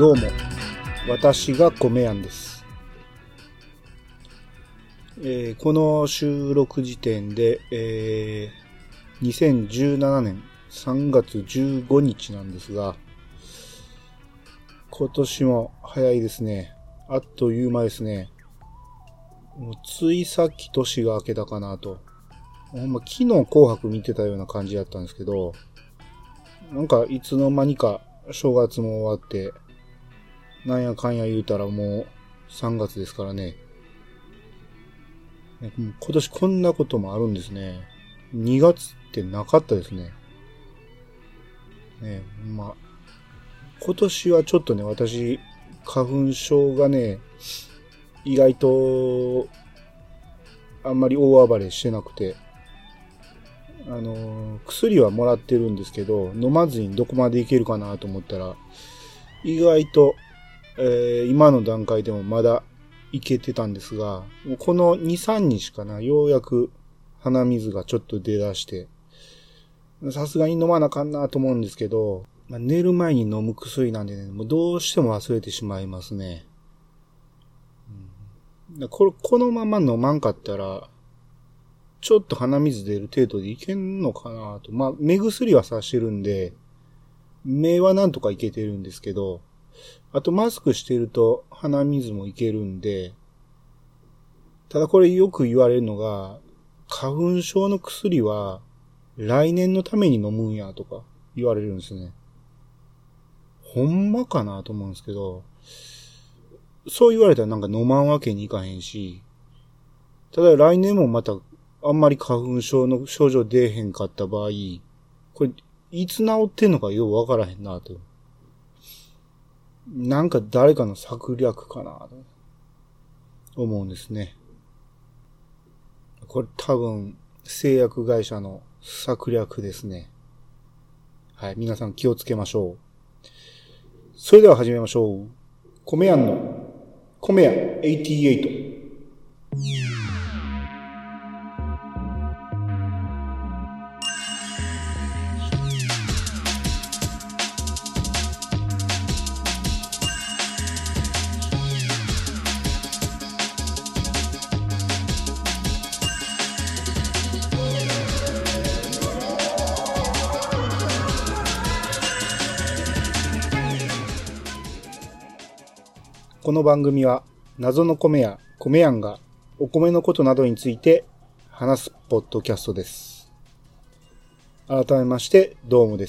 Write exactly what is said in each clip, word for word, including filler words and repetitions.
どうも、私が米やんです。えー、この収録時点で、えー、にせんじゅうななねんさんがつじゅうごにちなんですが、今年も早いですね。あっという間ですね。もうついさっき年が明けたかなと。ほんま昨日紅白見てたような感じだったんですけど、なんかいつの間にか正月も終わって、なんやかんや言うたらもうさんがつですからね。今年こんなこともあるんですね。にがつってなかったですね。ね、まあ、今年はちょっとね、私、花粉症がね、意外と、あんまり大暴れしてなくて、あの、薬はもらってるんですけど、飲まずにどこまでいけるかなと思ったら、意外と、えー、今の段階でもまだいけてたんですが、もうこのに、さんにちかな、ようやく鼻水がちょっと出だして、さすがに飲まなあかんなと思うんですけど、まあ、寝る前に飲む薬なんでね、もうどうしても忘れてしまいますね。うん、これ、このまま飲まんかったら、ちょっと鼻水出る程度でいけんのかなと。まあ、目薬はさしてるんで、目はなんとかいけてるんですけど、あとマスクしてると鼻水もいけるんで、ただこれよく言われるのが、花粉症の薬は来年のために飲むんやとか言われるんですね。ほんまかなと思うんですけど、そう言われたらなんか飲まんわけにいかへんし、ただ来年もまたあんまり花粉症の症状出えへんかった場合、これいつ治ってんのかようわからへんなと。なんか誰かの策略かなと思うんですね。これ多分製薬会社の策略ですね。はい、皆さん気をつけましょう。それでは始めましょう。米やんの米やんはちじゅうはち。この番組は謎の米や米やんがお米のことなどについて話すポッドキャストです。改めましてどうもです。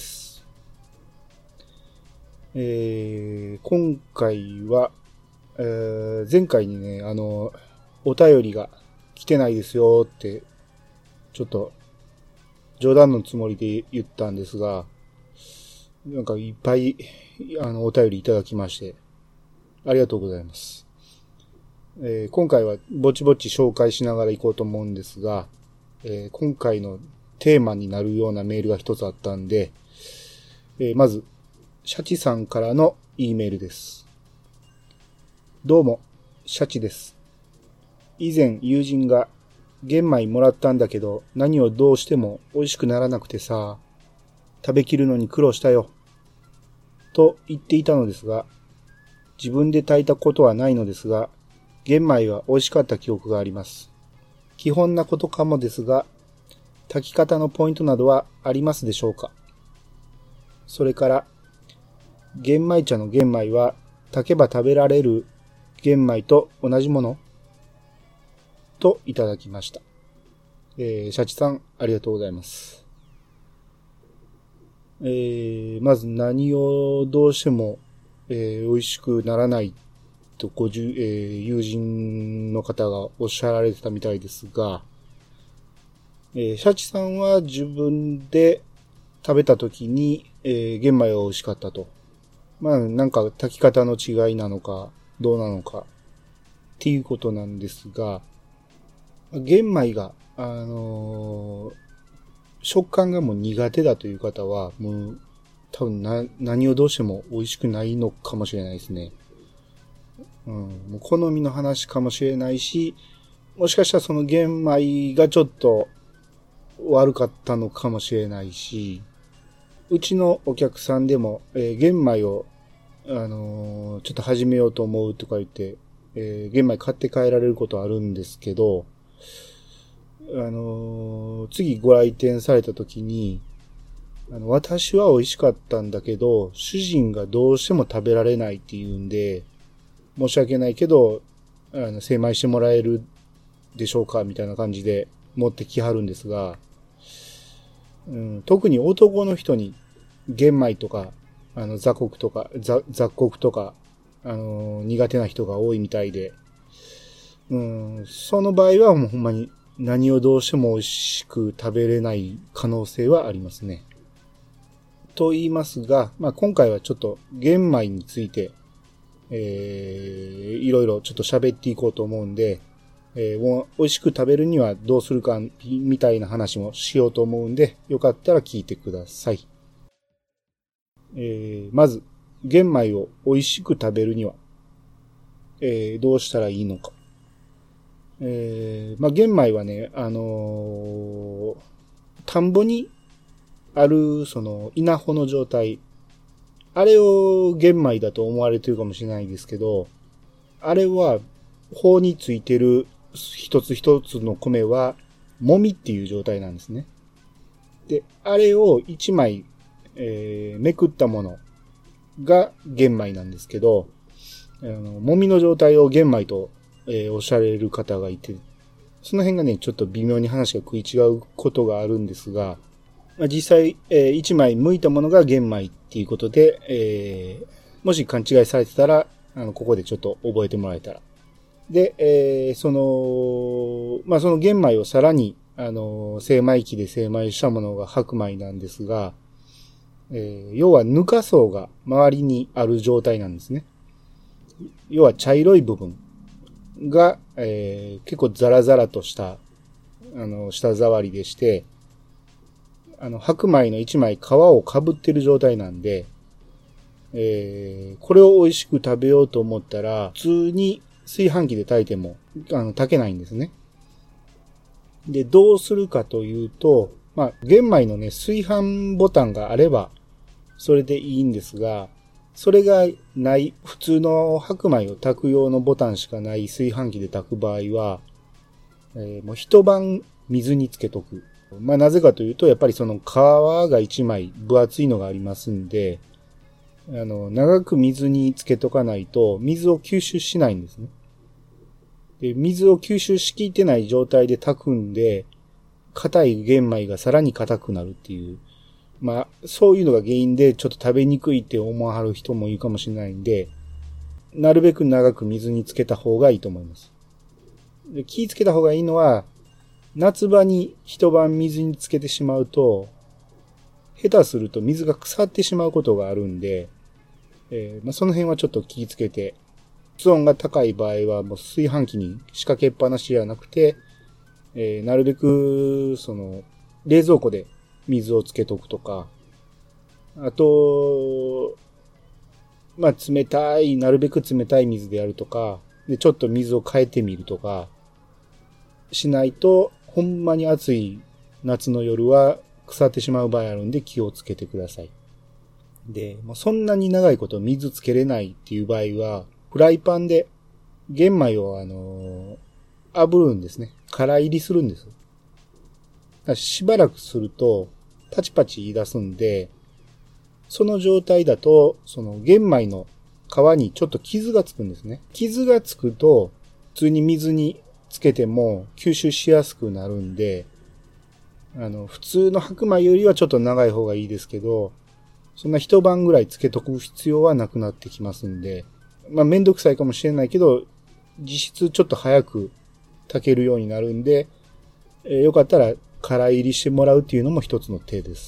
えー、今回は、えー、前回にね、あの、お便りが来てないですよって、ちょっと冗談のつもりで言ったんですが、なんかいっぱいあのお便りいただきまして、ありがとうございます。えー、今回はぼちぼち紹介しながら行こうと思うんですが、えー、今回のテーマになるようなメールが一つあったんで、えー、まず、シャチさんからの E メールです。どうも、シャチです。以前友人が玄米もらったんだけど何をどうしても美味しくならなくてさ、食べきるのに苦労したよ。と言っていたのですが、自分で炊いたことはないのですが、玄米は美味しかった記憶があります。基本なことかもですが、炊き方のポイントなどはありますでしょうか。それから、玄米茶の玄米は炊けば食べられる玄米と同じものといただきました。えー、シャチさん、ありがとうございます。えー、まず何をどうしてもえー、美味しくならないとごじゅう、えー、友人の方がおっしゃられてたみたいですが、えー、シャチさんは自分で食べた時に、えー、玄米は美味しかったと。まあなんか炊き方の違いなのかどうなのかっていうことなんですが、玄米が、あのー、食感がもう苦手だという方はもう多分な、何をどうしても美味しくないのかもしれないですね。うん。もう好みの話かもしれないし、もしかしたらその玄米がちょっと悪かったのかもしれないし、うちのお客さんでも、えー、玄米をあのー、ちょっと始めようと思うとか言って、えー、玄米買って帰られることあるんですけど、あのー、次ご来店された時に、あの、私は美味しかったんだけど、主人がどうしても食べられないって言うんで、申し訳ないけど、あの、精米してもらえるでしょうかみたいな感じで持ってきはるんですが、うん、特に男の人に玄米とか、あの、雑穀とか、雑雑穀とか、あのー、苦手な人が多いみたいで、うん、その場合はもうほんまに何をどうしても美味しく食べれない可能性はありますね。と言いますが、まあ、今回はちょっと玄米について、えー、いろいろちょっと喋っていこうと思うんで、えー、もう美味しく食べるにはどうするかみたいな話もしようと思うんで、よかったら聞いてください。えー、まず、玄米を美味しく食べるには、えー、どうしたらいいのか。えー、まあ、玄米はね、あのー、田んぼにある、その、稲穂の状態。あれを玄米だと思われてるかもしれないですけど、あれは、穂についてる一つ一つの米は、もみっていう状態なんですね。で、あれを一枚、えー、めくったものが玄米なんですけど、あの、もみの状態を玄米と、えー、おっしゃられる方がいて、その辺がね、ちょっと微妙に話が食い違うことがあるんですが、まあ、実際、えー、一枚剥いたものが玄米っていうことで、えー、もし勘違いされてたら、あの、ここでちょっと覚えてもらえたら。で、えー、その、まあ、その玄米をさらに、あの、精米機で精米したものが白米なんですが、えー、要はぬか層が周りにある状態なんですね。要は茶色い部分が、えー、結構ザラザラとした、あの、舌触りでして、あの、白米の一枚皮をかぶってる状態なんで、えー、これを美味しく食べようと思ったら、普通に炊飯器で炊いても、あの、炊けないんですね。で、どうするかというと、まあ、玄米のね、炊飯ボタンがあれば、それでいいんですが、それがない、普通の白米を炊く用のボタンしかない炊飯器で炊く場合は、えー、もう一晩水につけとく。まあなぜかというと、やっぱりその皮が一枚分厚いのがありますんで、あの、長く水につけとかないと、水を吸収しないんですね。で、水を吸収しきってない状態で炊くんで、硬い玄米がさらに硬くなるっていう、まあ、そういうのが原因でちょっと食べにくいって思わはる人もいるかもしれないんで、なるべく長く水につけた方がいいと思います。で、気をつけた方がいいのは、夏場に一晩水につけてしまうと、下手すると水が腐ってしまうことがあるんで、えーまあ、その辺はちょっと気をつけて、室温が高い場合はもう炊飯器に仕掛けっぱなしじゃなくて、えー、なるべく、その、冷蔵庫で水をつけとくとか、あと、まあ、冷たい、なるべく冷たい水でやるとか、で、ちょっと水を変えてみるとか、しないと、ほんまに暑い夏の夜は腐ってしまう場合あるんで気をつけてください。で、もうそんなに長いこと水つけれないっていう場合は、フライパンで玄米をあのー、炙るんですね。空入りするんです。しばらくすると、パチパチ言い出すんで、その状態だと、その玄米の皮にちょっと傷がつくんですね。傷がつくと、普通に水につけても吸収しやすくなるんで、あの、普通の白米よりはちょっと長い方がいいですけど、そんな一晩ぐらいつけとく必要はなくなってきますんで、まあめんどくさいかもしれないけど、実質ちょっと早く炊けるようになるんで、えー、よかったら空入りしてもらうっていうのも一つの手です。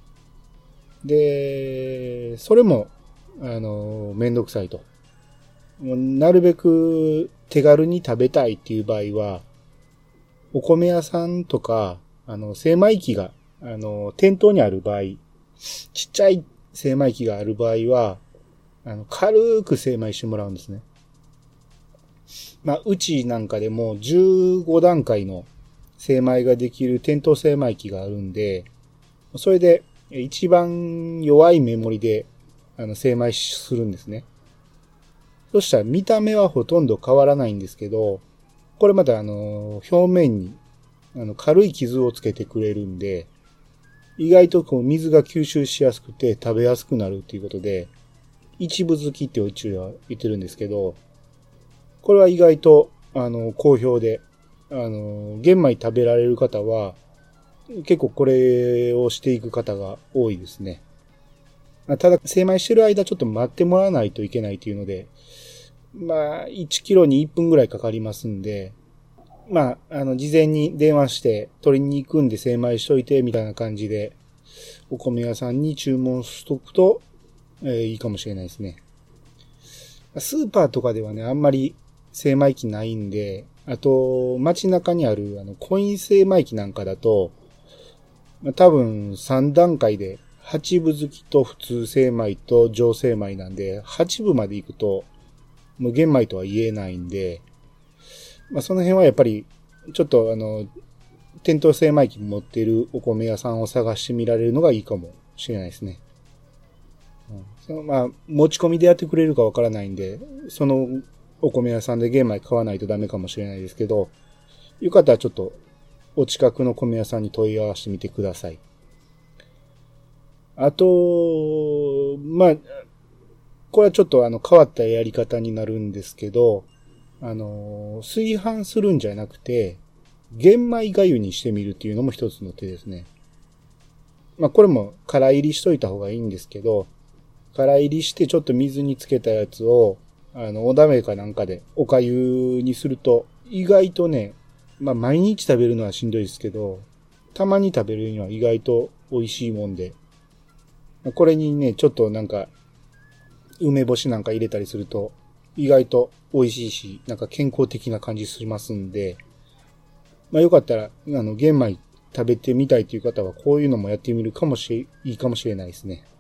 で、それも、あの、めんどくさいと。なるべく手軽に食べたいっていう場合は、お米屋さんとか、あの、精米機が、あの、店頭にある場合、ちっちゃい精米機がある場合は、あの、軽く精米してもらうんですね。まあ、うちなんかでもじゅうご段階の精米ができる店頭精米機があるんで、それで一番弱いメモリで、 あの、精米するんですね。そしたら見た目はほとんど変わらないんですけど、これまたあの、表面に、あの、軽い傷をつけてくれるんで、意外とこう水が吸収しやすくて食べやすくなるっていうことで、一部好きってうちは言ってるんですけど、これは意外と、あの、好評で、あの、玄米食べられる方は、結構これをしていく方が多いですね。ただ、精米してる間ちょっと待ってもらわないといけないっていうので、まあ、いちキロにいっぷんぐらいかかりますんで、まあ、あの、事前に電話して取りに行くんで精米しといて、みたいな感じで、お米屋さんに注文しとくと、えー、いいかもしれないですね。スーパーとかではね、あんまり精米機ないんで、あと、街中にある、あの、コイン精米機なんかだと、まあ、多分さん段階で、はちぶ好きと普通精米と上精米なんで、はちぶまで行くと、もう玄米とは言えないんで、まあその辺はやっぱり、ちょっとあの、店頭精米機持っているお米屋さんを探してみられるのがいいかもしれないですね。うん、そのまあ、持ち込みでやってくれるかわからないんで、そのお米屋さんで玄米買わないとダメかもしれないですけど、よかったらちょっとお近くの米屋さんに問い合わせてみてください。あと、まあ、これはちょっとあの変わったやり方になるんですけど、あの、炊飯するんじゃなくて、玄米粥にしてみるっていうのも一つの手ですね。まあこれも空入りしといた方がいいんですけど、空入りしてちょっと水につけたやつを、あの、お鍋かなんかでお粥にすると、意外とね、まあ毎日食べるのはしんどいですけど、たまに食べるには意外と美味しいもんで、これにね、ちょっとなんか、梅干しなんか入れたりすると、意外と美味しいし、なんか健康的な感じしますんで、まあよかったら、あの、玄米食べてみたいという方は、こういうのもやってみるかもしれ、いいかもしれないですね。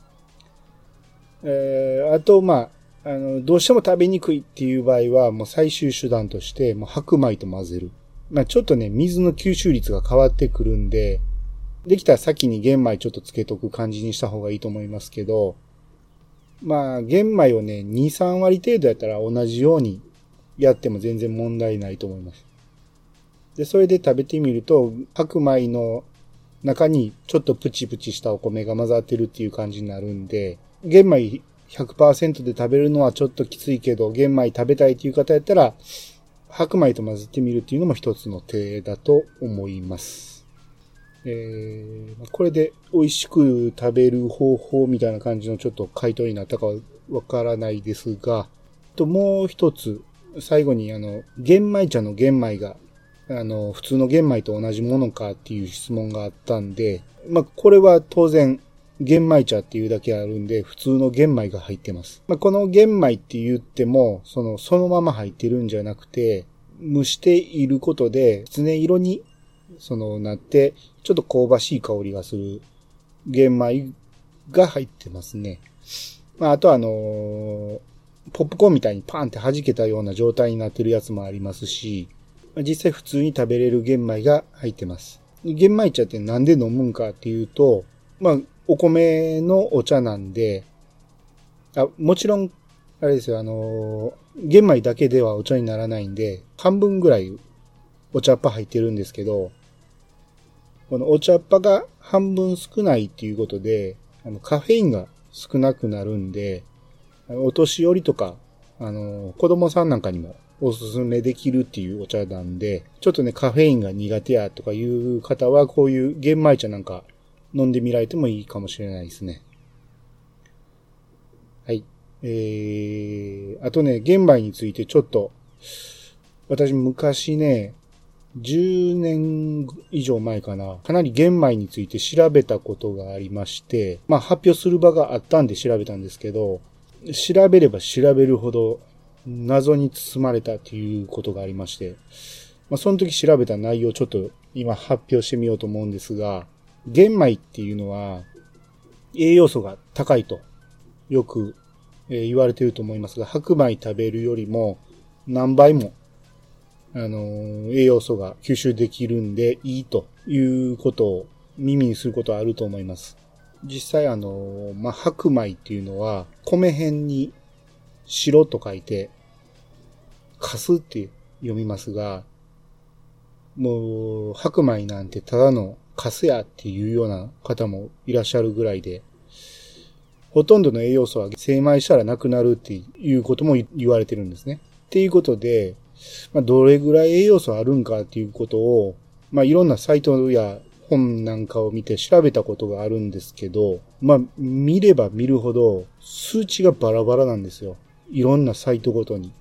えー、あと、まあ、あの、どうしても食べにくいっていう場合は、もう最終手段として、もう白米と混ぜる。まあちょっとね、水の吸収率が変わってくるんで、できたら先に玄米ちょっとつけとく感じにした方がいいと思いますけど、まあ、玄米をね、に、さん割程度やったら同じようにやっても全然問題ないと思います。で、それで食べてみると、白米の中にちょっとプチプチしたお米が混ざってるっていう感じになるんで、玄米 ひゃくパーセント で食べるのはちょっときついけど、玄米食べたいっていう方やったら、白米と混ぜてみるっていうのも一つの手だと思います。えー、これで美味しく食べる方法みたいな感じのちょっと回答になったかはわからないですが、ともう一つ、最後にあの、玄米茶の玄米が、あの、普通の玄米と同じものかっていう質問があったんで、まあ、これは当然、玄米茶っていうだけあるんで、普通の玄米が入ってます。まあ、この玄米って言っても、その、そのまま入ってるんじゃなくて、蒸していることで、きつね色にそのなって、ちょっと香ばしい香りがする玄米が入ってますね。まあ、あとあのー、ポップコーンみたいにパーンって弾けたような状態になってるやつもありますし、実際普通に食べれる玄米が入ってます。玄米茶ってなんで飲むんかっていうと、まあ、お米のお茶なんで、あ、もちろん、あれですよ、あのー、玄米だけではお茶にならないんで、半分ぐらいお茶っ葉入ってるんですけど、このお茶っ葉が半分少ないっていうことで、あのカフェインが少なくなるんで、お年寄りとか、あの、子供さんなんかにもおすすめできるっていうお茶なんで、ちょっとね、カフェインが苦手やとかいう方は、こういう玄米茶なんか飲んでみられてもいいかもしれないですね。はい。えー、あとね、玄米についてちょっと、私昔ね、じゅうねん以上前かな、かなり玄米について調べたことがありまして、まあ発表する場があったんで調べたんですけど、調べれば調べるほど謎に包まれたっていうことがありまして、まあその時調べた内容をちょっと今発表してみようと思うんですが、玄米っていうのは栄養素が高いとよく言われていると思いますが、白米食べるよりも何倍もあの、栄養素が吸収できるんでいいということを耳にすることはあると思います。 実際あの、まあ、白米っていうのは、米辺に白と書いて、かすって読みますが、もう、白米なんてただのかすやっていうような方もいらっしゃるぐらいで、ほとんどの栄養素は精米したらなくなるっていうことも言われてるんですね。っていうことで、まあ、どれぐらい栄養素あるんかっていうことを、まあ、いろんなサイトや本なんかを見て調べたことがあるんですけど、まあ、見れば見るほど数値がバラバラなんですよ。いろんなサイトごとに。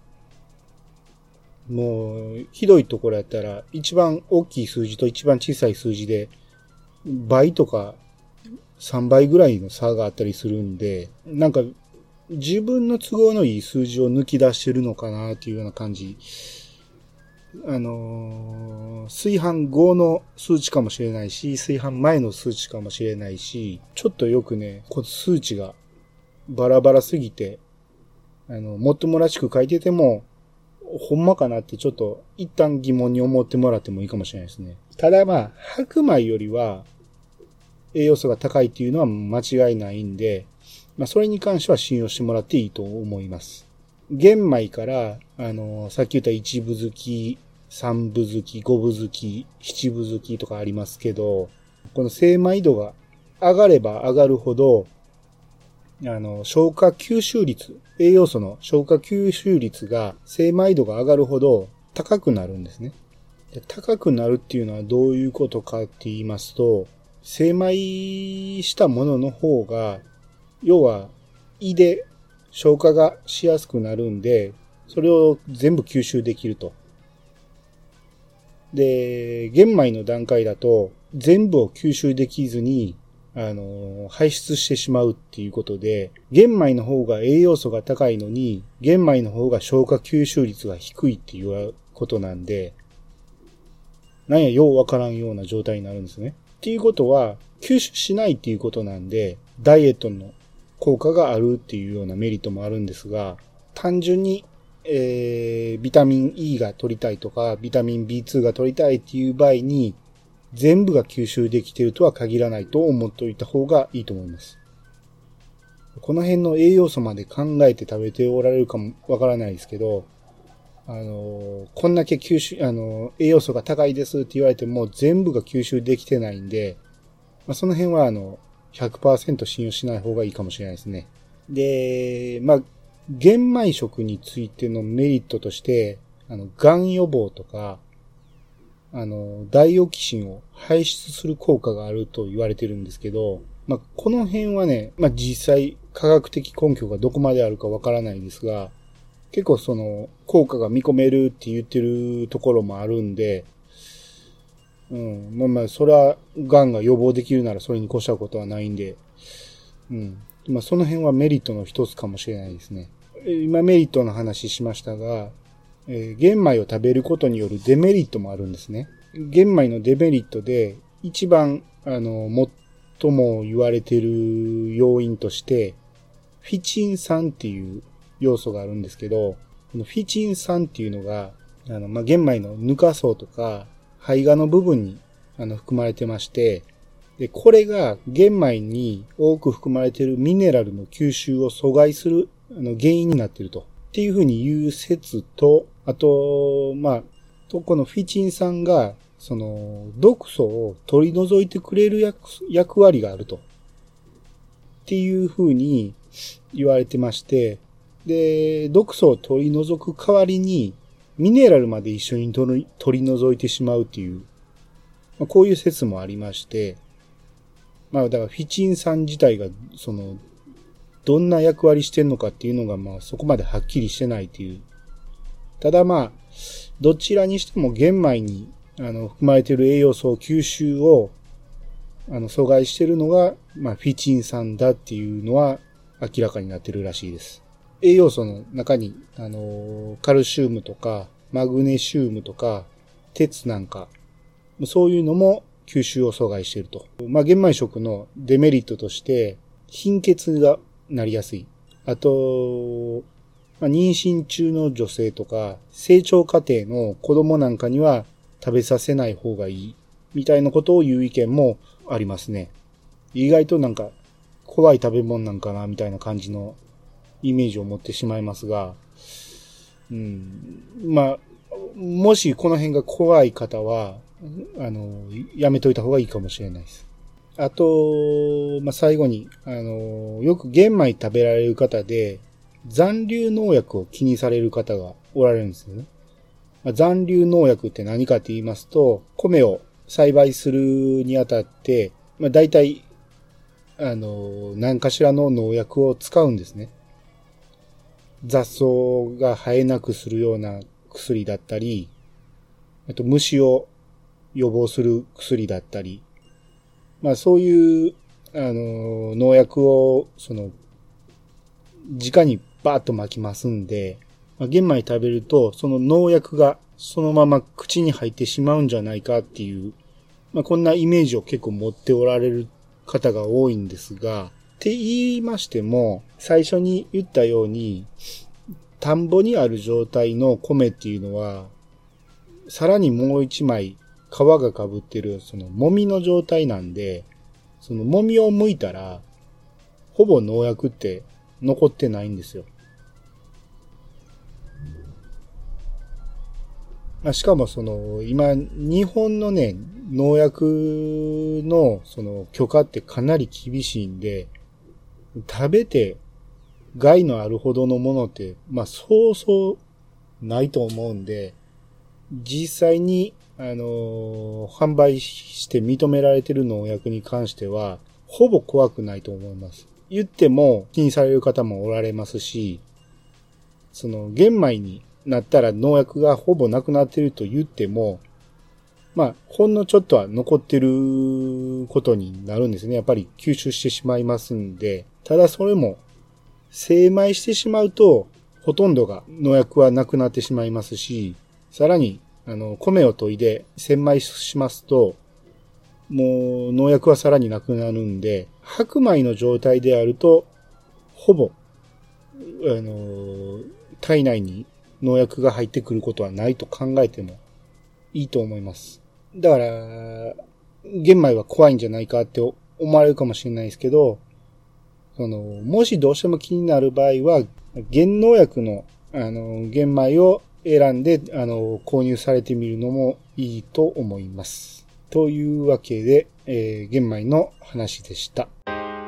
もう、ひどいところやったら、一番大きい数字と一番小さい数字で、倍とかさんばいぐらいの差があったりするんで、なんか、自分の都合のいい数字を抜き出してるのかなっていうような感じ。あのー、炊飯後の数値かもしれないし、炊飯前の数値かもしれないし、ちょっとよくね、こう数値がバラバラすぎて、あの、もっともらしく書いてても、ほんまかなってちょっと一旦疑問に思ってもらってもいいかもしれないですね。ただまあ、白米よりは栄養素が高いっていうのは間違いないんで、まあそれに関しては信用してもらっていいと思います。玄米から、あの、さっき言った一分づき、三分づき、五分づき、七分づきとかありますけど、この精米度が上がれば上がるほど、あの、消化吸収率、栄養素の消化吸収率が精米度が上がるほど高くなるんですね。で、高くなるっていうのはどういうことかって言いますと、精米したものの方が、要は胃で消化がしやすくなるんで、それを全部吸収できると。で、玄米の段階だと全部を吸収できずに、あの、排出してしまうっていうことで、玄米の方が栄養素が高いのに、玄米の方が消化吸収率が低いっていうことなんで、なんやようわからんような状態になるんですね。っていうことは、吸収しないっていうことなんで、ダイエットの効果があるっていうようなメリットもあるんですが、単純に、えー、ビタミン E が取りたいとか、ビタミン ビーツー が取りたいっていう場合に、全部が吸収できているとは限らないと思っておいた方がいいと思います。この辺の栄養素まで考えて食べておられるかもわからないですけど、あの、こんだけ吸収、あの、栄養素が高いですって言われても全部が吸収できてないんで、まあ、その辺はあの、ひゃくパーセント 信用しない方がいいかもしれないですね。で、まあ、玄米食についてのメリットとして、あの、癌予防とか、あの、ダイオキシンを排出する効果があると言われてるんですけど、まあ、この辺はね、まあ、実際科学的根拠がどこまであるかわからないですが、結構その、効果が見込めるって言ってるところもあるんで、うん、まあまあ、それは、癌が予防できるならそれに越したことはないんで、うん。まあ、その辺はメリットの一つかもしれないですね。今メリットの話しましたが、えー、玄米を食べることによるデメリットもあるんですね。玄米のデメリットで、一番、あの、最も言われている要因として、フィチン酸っていう要素があるんですけど、このフィチン酸っていうのが、あの、まあ、玄米のぬか層とか、胚芽の部分に、あの、含まれてまして、で、これが玄米に多く含まれているミネラルの吸収を阻害する、あの、原因になっていると。っていうふうに言う説と、あと、まあ、と、このフィチン酸が、その、毒素を取り除いてくれる役、役割があると。っていうふうに言われてまして、で、毒素を取り除く代わりに、ミネラルまで一緒に取り、取り除いてしまうっていう、まあ、こういう説もありまして、まあ、だからフィチン酸自体が、その、どんな役割してんのかっていうのが、まあ、そこまではっきりしてないっていう。ただまあ、どちらにしても玄米に、あの、含まれている栄養素を吸収を、あの、阻害しているのが、まあ、フィチン酸だっていうのは明らかになってるらしいです。栄養素の中に、あの、カルシウムとか、マグネシウムとか、鉄なんか、そういうのも吸収を阻害していると。まあ、玄米食のデメリットとして、貧血がなりやすい。あと、まあ、妊娠中の女性とか、成長過程の子供なんかには食べさせない方がいい。みたいなことを言う意見もありますね。意外となんか、 怖い食べ物なんかなみたいな感じのイメージを持ってしまいますが、うん、まあ、もしこの辺が怖い方は、あの、やめといた方がいいかもしれないです。あと、まあ、最後に、あの、よく玄米食べられる方で、残留農薬を気にされる方がおられるんですよね。まあ、残留農薬って何かって言いますと、米を栽培するにあたって、まあ、大体、あの、何かしらの農薬を使うんですね。雑草が生えなくするような薬だったり、あと虫を予防する薬だったり、まあそういう、あの、農薬を、その、直にバーッと巻きますんで、まあ、玄米食べると、その農薬がそのまま口に入ってしまうんじゃないかっていう、まあこんなイメージを結構持っておられる方が多いんですが、って言いましても、最初に言ったように、田んぼにある状態の米っていうのは、さらにもう一枚皮が被ってる、そのもみの状態なんで、そのもみを剥いたら、ほぼ農薬って残ってないんですよ。まあ、しかもその、今、日本のね、農薬のその許可ってかなり厳しいんで、食べて害のあるほどのものって、まあそうそうないと思うんで、実際に、あのー、販売して認められてる農薬に関しては、ほぼ怖くないと思います。言っても気にされる方もおられますし、その玄米になったら農薬がほぼなくなってると言っても、まあ、ほんのちょっとは残ってることになるんですね。やっぱり吸収してしまいますんで。ただそれも、精米してしまうと、ほとんどが農薬はなくなってしまいますし、さらに、あの、米を研いで精米しますと、もう農薬はさらになくなるんで、白米の状態であると、ほぼ、あの、体内に農薬が入ってくることはないと考えてもいいと思います。だから、玄米は怖いんじゃないかって思われるかもしれないですけど、その、もしどうしても気になる場合は、原農薬の、あの、玄米を選んで、あの、購入されてみるのもいいと思います。というわけで、えー、玄米の話でした。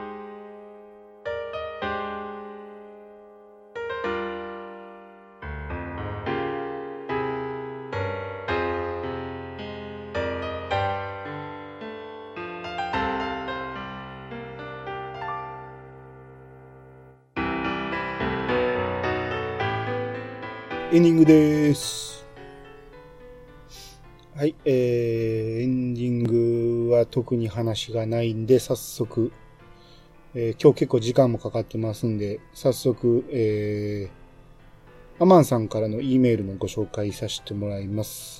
エンディングです。はい、えー、エンディングは特に話がないんで、早速、えー、今日結構時間もかかってますんで、早速、えー、アマンさんからの E メールのご紹介させてもらいます。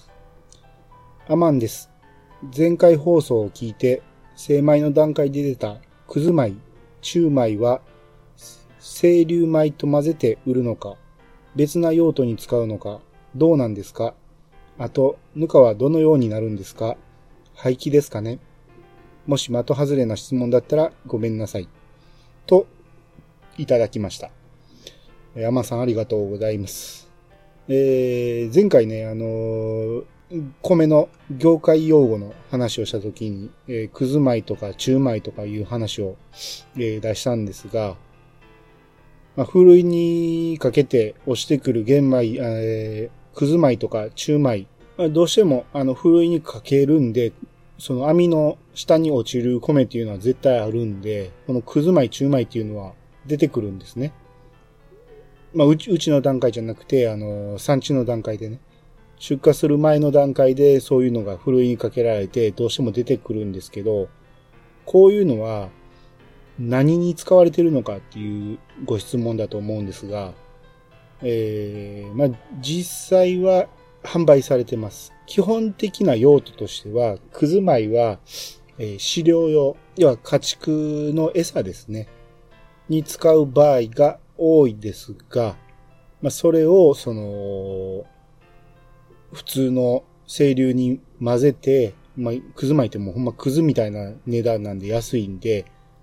アマンです。前回放送を聞いて、精米の段階で出たくず米、中米は、清流米と混ぜて売るのか、別な用途に使うのか、どうなんですか？あと、ぬかはどのようになるんですか？廃棄ですかね？もし的外れな質問だったらごめんなさい。と、いただきました。アマさんありがとうございます。えー、前回ね、あのー、米の業界用語の話をしたときに、えー、くず米とか中米とかいう話を、えー、出したんですが、まあ、ふるいにかけて押してくる玄米、えー、くず米とか中米、まあ、どうしてもあのふるいにかけるんで、その網の下に落ちる米っていうのは絶対あるんで、このくず米中米っていうのは出てくるんですね。まあ、うち、うちの段階じゃなくて、あの、産地の段階でね、出荷する前の段階でそういうのがふるいにかけられてどうしても出てくるんですけど、こういうのは、何に使われているのかっていうご質問だと思うんですが、えー、まあ、実際は販売されてます。基本的な用途としては、くず米は、えー、飼料用、要は家畜の餌ですね、に使う場合が多いですが、まあ、それを、その、普通の清流に混ぜて、まあ、くず米ってもうほんまくずみたいな値段なんで安いんで、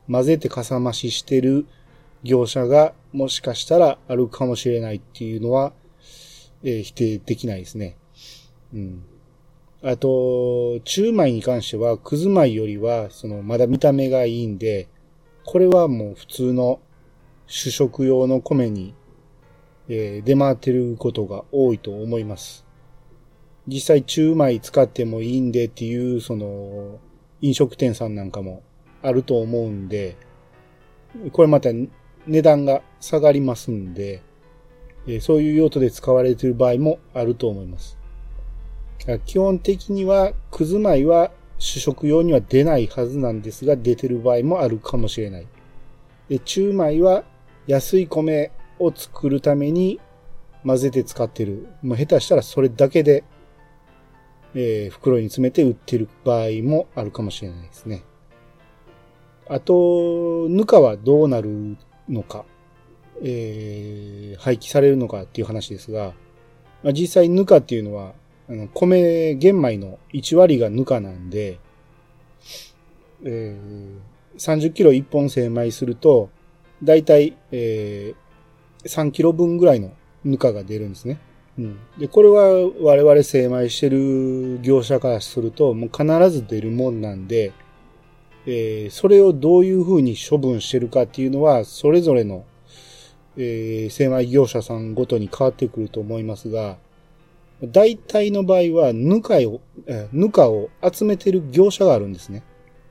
混ぜてかさ増ししてる業者がもしかしたらあるかもしれないっていうのは、えー、否定できないですね。うん。あと、中米に関しては、くず米よりは、その、まだ見た目がいいんで、これはもう普通の主食用の米に、えー、出回ってることが多いと思います。実際中米使ってもいいんでっていう、その、飲食店さんなんかもあると思うんで、これまた値段が下がりますんで、えー、そういう用途で使われている場合もあると思います。基本的には、くず米は主食用には出ないはずなんですが、出てる場合もあるかもしれない。で、中米は安い米を作るために混ぜて使ってる。もう下手したらそれだけで、えー、袋に詰めて売ってる場合もあるかもしれないですね。あと、ぬかはどうなるのか、えー、廃棄されるのかっていう話ですが、まあ、実際ぬかっていうのは、あの、米玄米のいち割がぬかなんで、えー、さんじゅっキロいっぽん精米すると、だいたい、えー、さんキロぶんぐらいのぬかが出るんですね。うん。で、これは我々精米してる業者からすると、もう必ず出るもんなんで、えー、それをどういうふうに処分してるかっていうのは、それぞれの、えー、精米業者さんごとに変わってくると思いますが、大体の場合は、ぬかを、えー、ぬかを集めてる業者があるんですね。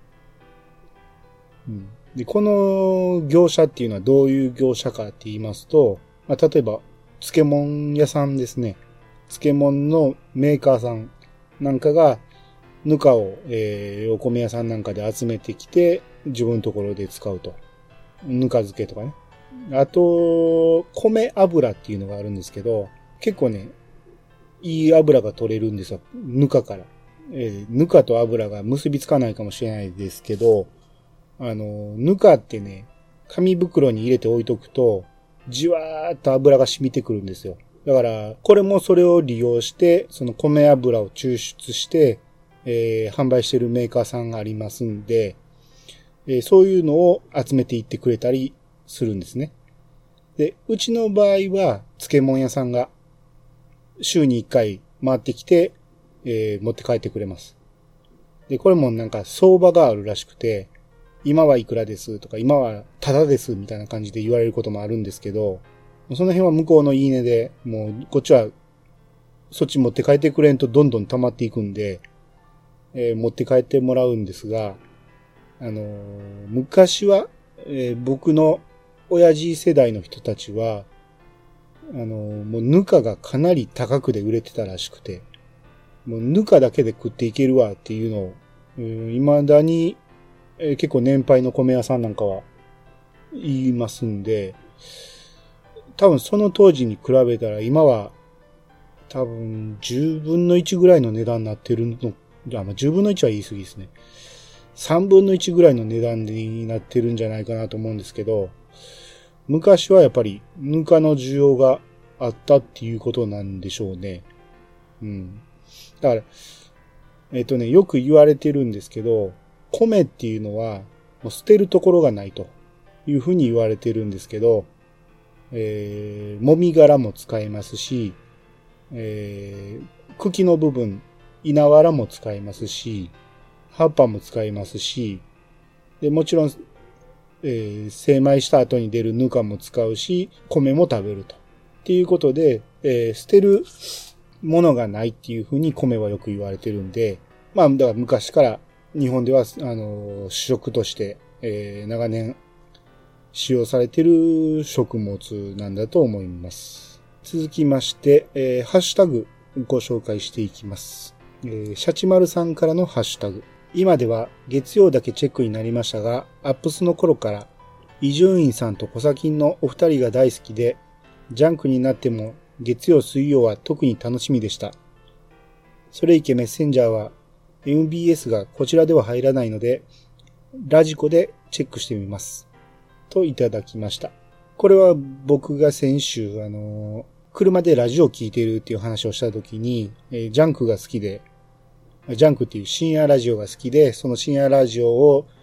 うん、で、この業者っていうのはどういう業者かって言いますと、まあ、例えば、漬物屋さんですね。漬物のメーカーさんなんかが、ぬかを、えー、お米屋さんなんかで集めてきて、自分のところで使うと。ぬか漬けとかね。あと、米油っていうのがあるんですけど、結構ね、いい油が取れるんですよ。ぬかから。えー、ぬかと油が結びつかないかもしれないですけど、あの、ぬかってね、紙袋に入れて置いとくと、じわーっと油が染みてくるんですよ。だから、これもそれを利用して、その米油を抽出して、えー、販売しているメーカーさんがありますんで、えー、そういうのを集めていってくれたりするんですね。で、うちの場合は、漬物屋さんが週にいっかい回ってきて、えー、持って帰ってくれます。で、これもなんか相場があるらしくて、今はいくらですとか、今はタダですみたいな感じで言われることもあるんですけど、その辺は向こうの言い値で、もうこっちはそっち持って帰ってくれんとどんどん溜まっていくんで、えー、持って帰ってもらうんですが、あのー、昔は、えー、僕の親父世代の人たちは、あのー、もうぬかがかなり高くで売れてたらしくて、もうぬかだけで食っていけるわっていうのを、えー、未だに、えー、結構年配の米屋さんなんかは言いますんで、多分その当時に比べたら今は多分じゅうぶんのいちぐらいの値段になってるの、あ、まあ、じゅうぶんのいちは言い過ぎですね。さんぶんのいちぐらいの値段になってるんじゃないかなと思うんですけど、昔はやっぱりぬかの需要があったっていうことなんでしょうね。うん。だから、えっとね、よく言われてるんですけど、米っていうのはもう捨てるところがないというふうに言われてるんですけど、えー、もみ殻も使えますし、えー、茎の部分、稲わらも使えますし、葉っぱも使えますし、で、もちろん、えー、精米した後に出るぬかも使うし、米も食べると。っていうことで、えー、捨てるものがないっていうふうに米はよく言われてるんで、まあ、だから昔から日本では、あのー、主食として、えー、長年使用されている食物なんだと思います。続きまして、えー、ハッシュタグご紹介していきます。えー、シャチマルさんからのハッシュタグ。今では月曜だけチェックになりましたが、アップスの頃から伊集院さんとコサキンのお二人が大好きで、ジャンクになっても月曜水曜は特に楽しみでした。それいけメッセンジャーは エムビーエス がこちらでは入らないので、ラジコでチェックしてみます。といただきました。これは僕が先週、あの、車でラジオを聞いているっていう話をしたときに、えー、ジャンクが好きで、ジャンクっていう深夜ラジオが好きで、その深夜ラジオを、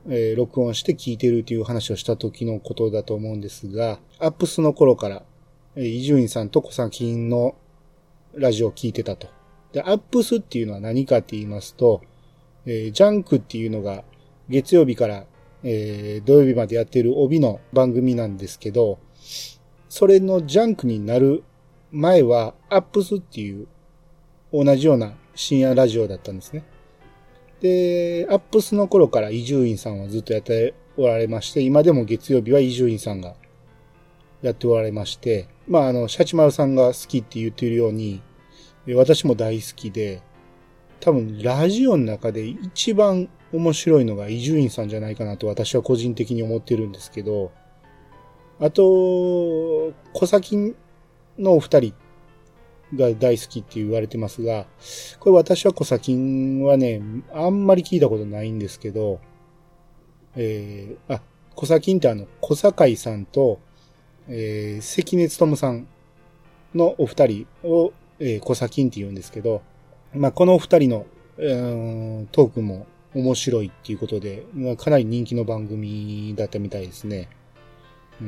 えー、録音して聞いてるという話をした時のことだと思うんですが、アップスの頃から、伊集院さんと小崎のラジオを聞いてたと。で、アップスっていうのは何かって言いますと、えー、ジャンクっていうのが月曜日から、えー、土曜日までやってる帯の番組なんですけど、それのジャンクになる前はアップスっていう同じような深夜ラジオだったんですね。で、アップスの頃から伊集院さんはずっとやっておられまして、今でも月曜日は伊集院さんがやっておられまして、まああの、シャチマルさんが好きって言っているように、私も大好きで、多分ラジオの中で一番面白いのが伊集院さんじゃないかなと私は個人的に思ってるんですけど、あと、小崎のお二人が大好きって言われてますが、これ私は小崎はね、あんまり聞いたことないんですけど、えー、あ、小崎ってあの、小堺さんと、えー、関根勤さんのお二人を、えー、小崎って言うんですけど、まあ、このお二人の、えー、トークも面白いっていうことで、まあ、かなり人気の番組だったみたいですね。うん。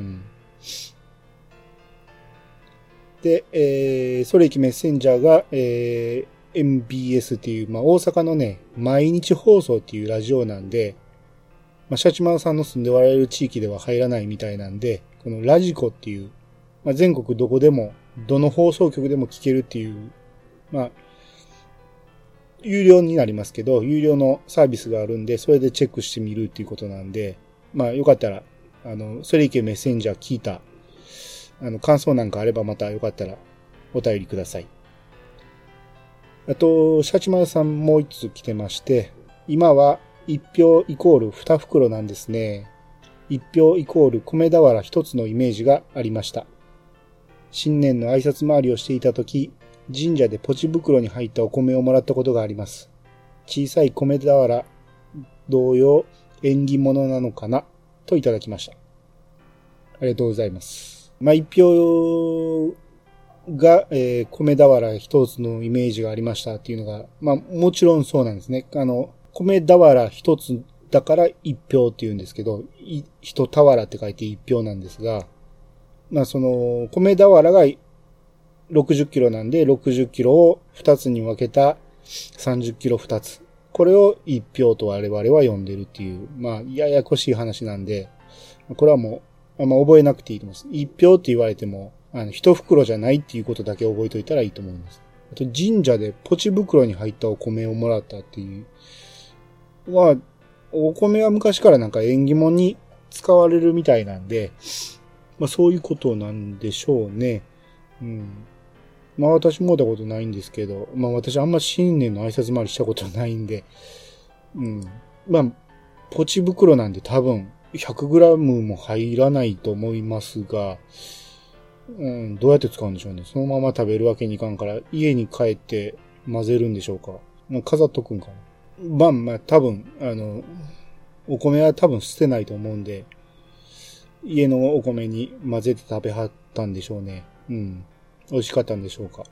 で、えー、それいきメッセンジャーが、えー、エムビーエス っていう、まあ、大阪のね、毎日放送っていうラジオなんで、まあ、シャチマンさんの住んでおられる地域では入らないみたいなんで、このラジコっていう、まあ、全国どこでも、どの放送局でも聞けるっていう、まあ、有料になりますけど、有料のサービスがあるんで、それでチェックしてみるっていうことなんで、まあ、よかったら、あの、それいけメッセンジャー聞いた、あの、感想なんかあればまたよかったらお便りください。あと、シャチマルさんもう一つ来てまして、今はいっ票イコールに袋なんですね。いち票イコール米俵一つのイメージがありました。新年の挨拶回りをしていたとき、神社でポチ袋に入ったお米をもらったことがあります。小さい米俵同様縁起物なのかなといただきました。ありがとうございます。まあ、一票が、えー、米俵一つのイメージがありましたっていうのが、まあ、もちろんそうなんですね。あの、米俵一つだから一票って言うんですけど、一俵って書いて一票なんですが、まあ、その、米俵がろくじゅっキロなんで、ろくじゅっキロをふたつに分けたさんじゅっキロふたつ。これを一票と我々は呼んでるっていう、まあ、ややこしい話なんで、これはもう、あんま覚えなくていいと思います。一票って言われても、あの、一袋じゃないっていうことだけ覚えといたらいいと思います。あと、神社でポチ袋に入ったお米をもらったっていう。は、お米は昔からなんか縁起物に使われるみたいなんで、まあそういうことなんでしょうね。うん。まあ私も会ったことないんですけど、まあ私あんま新年の挨拶回りしたことないんで、うん。まあ、ポチ袋なんで多分ひゃくグラムも入らないと思いますが、うん、どうやって使うんでしょうね。そのまま食べるわけにいかんから、家に帰って混ぜるんでしょうか。まあ、飾っとくんかな。まあまあ多分、あの、お米は多分捨てないと思うんで、家のお米に混ぜて食べはったんでしょうね。うん。美味しかったんでしょうか。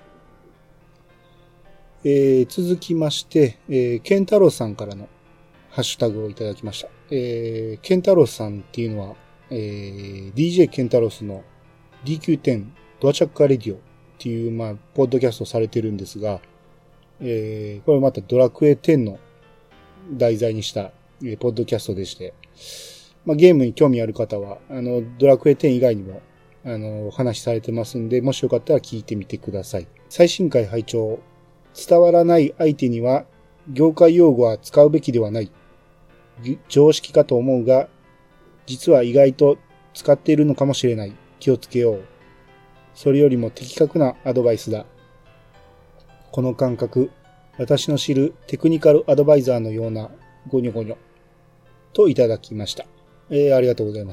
えー、続きまして、えー、ケンタロスさんからのハッシュタグをいただきました。えー、ケンタロスさんっていうのは、えー、ディージェー ケンタロスの ディーキューテン ドアチャッカーレディオっていう、まあ、ポッドキャストされてるんですが、えー、これまたドラクエテンの題材にした、えー、ポッドキャストでして、まあ、ゲームに興味ある方は、あの、ドラクエテン以外にも、あの、話されてますんで、もしよかったら聞いてみてください。最新回拝聴。伝わらない相手には、業界用語は使うべきではない。常識かと思うが、実は意外と使っているのかもしれない。気をつけよう。それよりも的確なアドバイスだ。この感覚、私の知るテクニカルアドバイザーのようなゴニョゴニョといただきました。えー、ありがとうございます。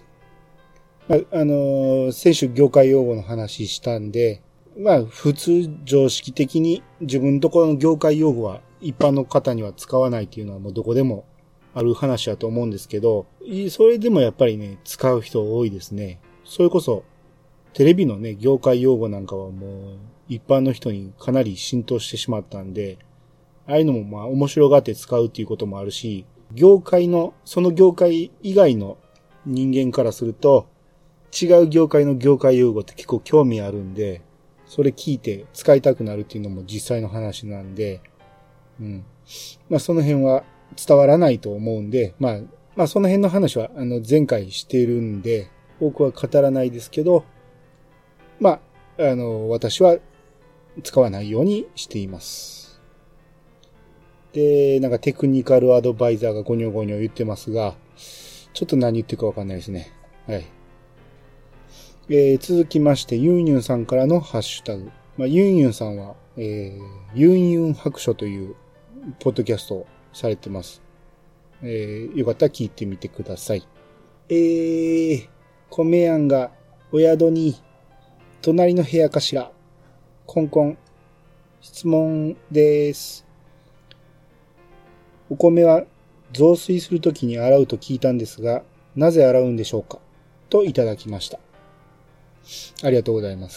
まあ、あのー、先週業界用語の話したんで、まあ普通常識的に自分のところの業界用語は一般の方には使わないっていうのはもうどこでもある話だと思うんですけど、それでもやっぱりね、使う人多いですね。それこそテレビのね、業界用語なんかはもう一般の人にかなり浸透してしまったんで、ああいうのもまあ面白がって使うっていうこともあるし、 業界の、その業界以外の人間からすると、違う業界の業界用語って結構興味あるんで、それ聞いて使いたくなるっていうのも実際の話なんで、うん。まあその辺は伝わらないと思うんで、まあ、まあその辺の話はあの前回してるんで、多くは語らないですけど、まあ、あの、私は使わないようにしています。で、なんかテクニカルアドバイザーがゴニョゴニョ言ってますが、ちょっと何言ってるかわかんないですね。はい。えー、続きまして、ユンユンさんからのハッシュタグ。まあ、ユンユンさんは、えー、ユンユン白書というポッドキャストをされてます。えー、よかったら聞いてみてください。えー、米やんがお宿に、隣の部屋かしら。コンコン。質問です。お米は雑炊するときに洗うと聞いたんですが、なぜ洗うんでしょうかといただきました。ありがとうございます。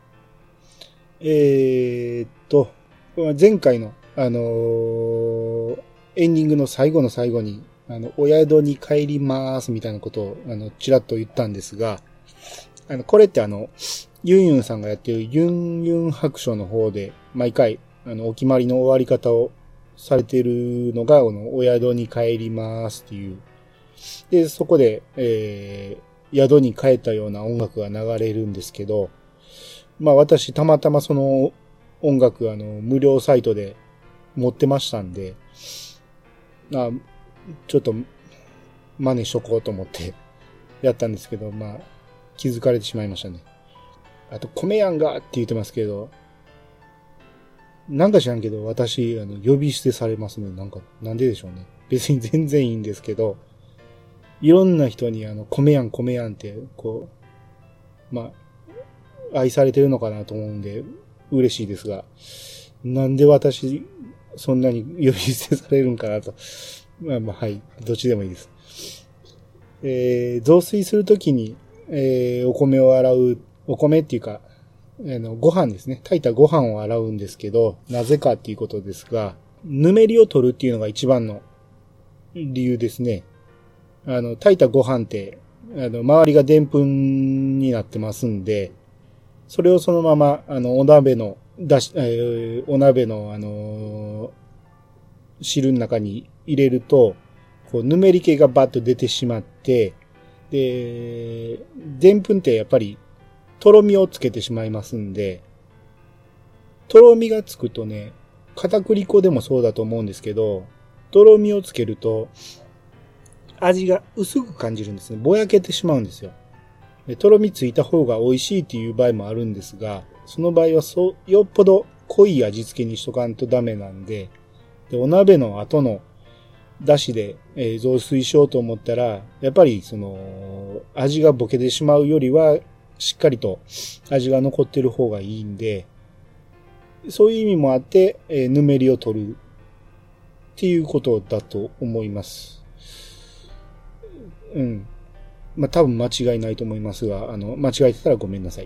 えー、っと、前回の、あのー、エンディングの最後の最後に、あの、お宿に帰りますみたいなことを、あの、ちらっと言ったんですが、あの、これってあの、ユンユンさんがやっているユンユン白書の方で、毎回、あの、お決まりの終わり方をされているのが、あの、お宿に帰りますっていう。で、そこで、えー、宿に帰ったような音楽が流れるんですけど、まあ私たまたまその音楽あの無料サイトで持ってましたんで、あちょっと真似しとこうと思ってやったんですけど、まあ気づかれてしまいましたね。あと米やんがって言ってますけど、なんか知らんけど私あの呼び捨てされますね。なんかなんででしょうね。別に全然いいんですけど、いろんな人にあの米やん米やんってこうまあ愛されてるのかなと思うんで嬉しいですが、なんで私そんなに呼び捨てされるんかなと。まあまあはい、どっちでもいいです。えー、雑炊するときに、えー、お米を洗う、お米っていうか、あのご飯ですね。炊いたご飯を洗うんですけど、なぜかっていうことですが、ぬめりを取るっていうのが一番の理由ですね。あの、炊いたご飯って、あの、周りがでんぷんになってますんで、それをそのまま、あの、お鍋の、だし、えー、お鍋の、あのー、汁の中に入れると、こう、ぬめり気がバッと出てしまって、で、でんぷんってやっぱり、とろみをつけてしまいますんで、とろみがつくとね、片栗粉でもそうだと思うんですけど、とろみをつけると、味が薄く感じるんですね。ぼやけてしまうんですよ。でとろみついた方が美味しいっていう場合もあるんですが、その場合はそう、よっぽど濃い味付けにしとかんとダメなんで、でお鍋の後の出汁で、えー、雑炊しようと思ったら、やっぱりその、味がぼけてしまうよりは、しっかりと味が残ってる方がいいんで、そういう意味もあって、えー、ぬめりを取るっていうことだと思います。うん。まあ、多分間違いないと思いますが、あの、間違えてたらごめんなさい。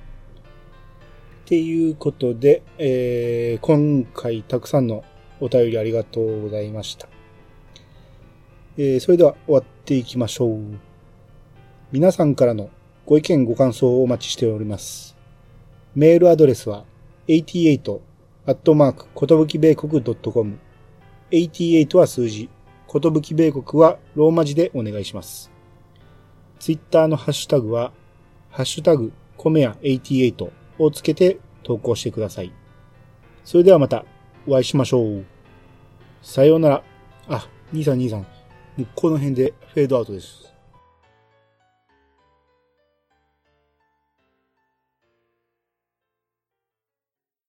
っていうことで、えー、今回たくさんのお便りありがとうございました。えー、それでは終わっていきましょう。皆さんからのご意見ご感想をお待ちしております。メールアドレスははちじゅうはちアットマークことぶき米国ドットコム。はちじゅうはちは数字、ことぶき米国はローマ字でお願いします。ツイッターのハッシュタグは、ハッシュタグ、コメヤはちじゅうはちをつけて投稿してください。それではまたお会いしましょう。さようなら。あ、兄さん兄さん、この辺でフェードアウトです。